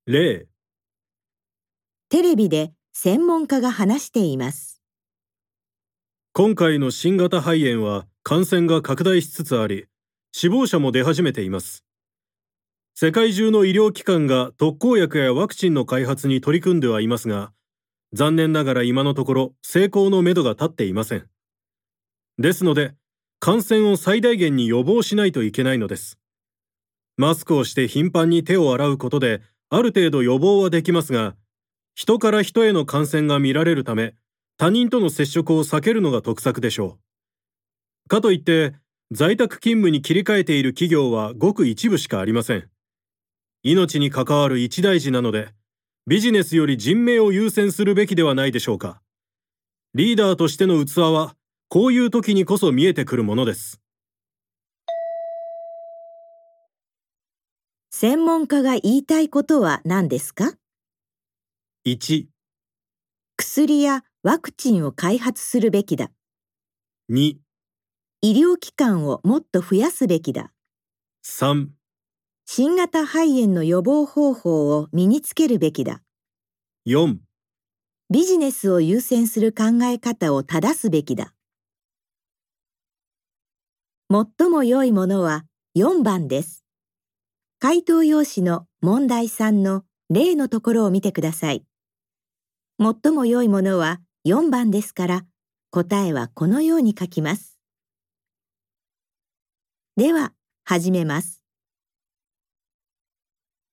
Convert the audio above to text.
例、 テレビで専門家が話しています。 今回の新型肺炎は感染が拡大しつつあり、死亡者も出始めています。世界中の医療機関が特効薬やワクチンの開発に取り組んではいますが、残念ながら今のところ成功のめどが立っていません。ですので、感染を最大限に予防しないといけないのです。マスクをして頻繁に手を洗うことで、ある程度予防はできますが、人から人への感染が見られるため、他人との接触を避けるのが得策でしょう。かといって、在宅勤務に切り替えている企業はごく一部しかありません。命に関わる一大事なので、ビジネスより人命を優先するべきではないでしょうか。リーダーとしての器は、こういう時にこそ見えてくるものです。 専門家が言いたいことは何ですか？ 1、 薬やワクチンを開発するべきだ。 2、 医療機関をもっと増やすべきだ。 3、 新型肺炎の予防方法を身につけるべきだ。 4、 ビジネスを優先する考え方を正すべきだ。最も良いものは4番です。回答用紙の問題3の例のところを見てください。最も良いものは4番ですから、答えはこのように書きます。では、始めます。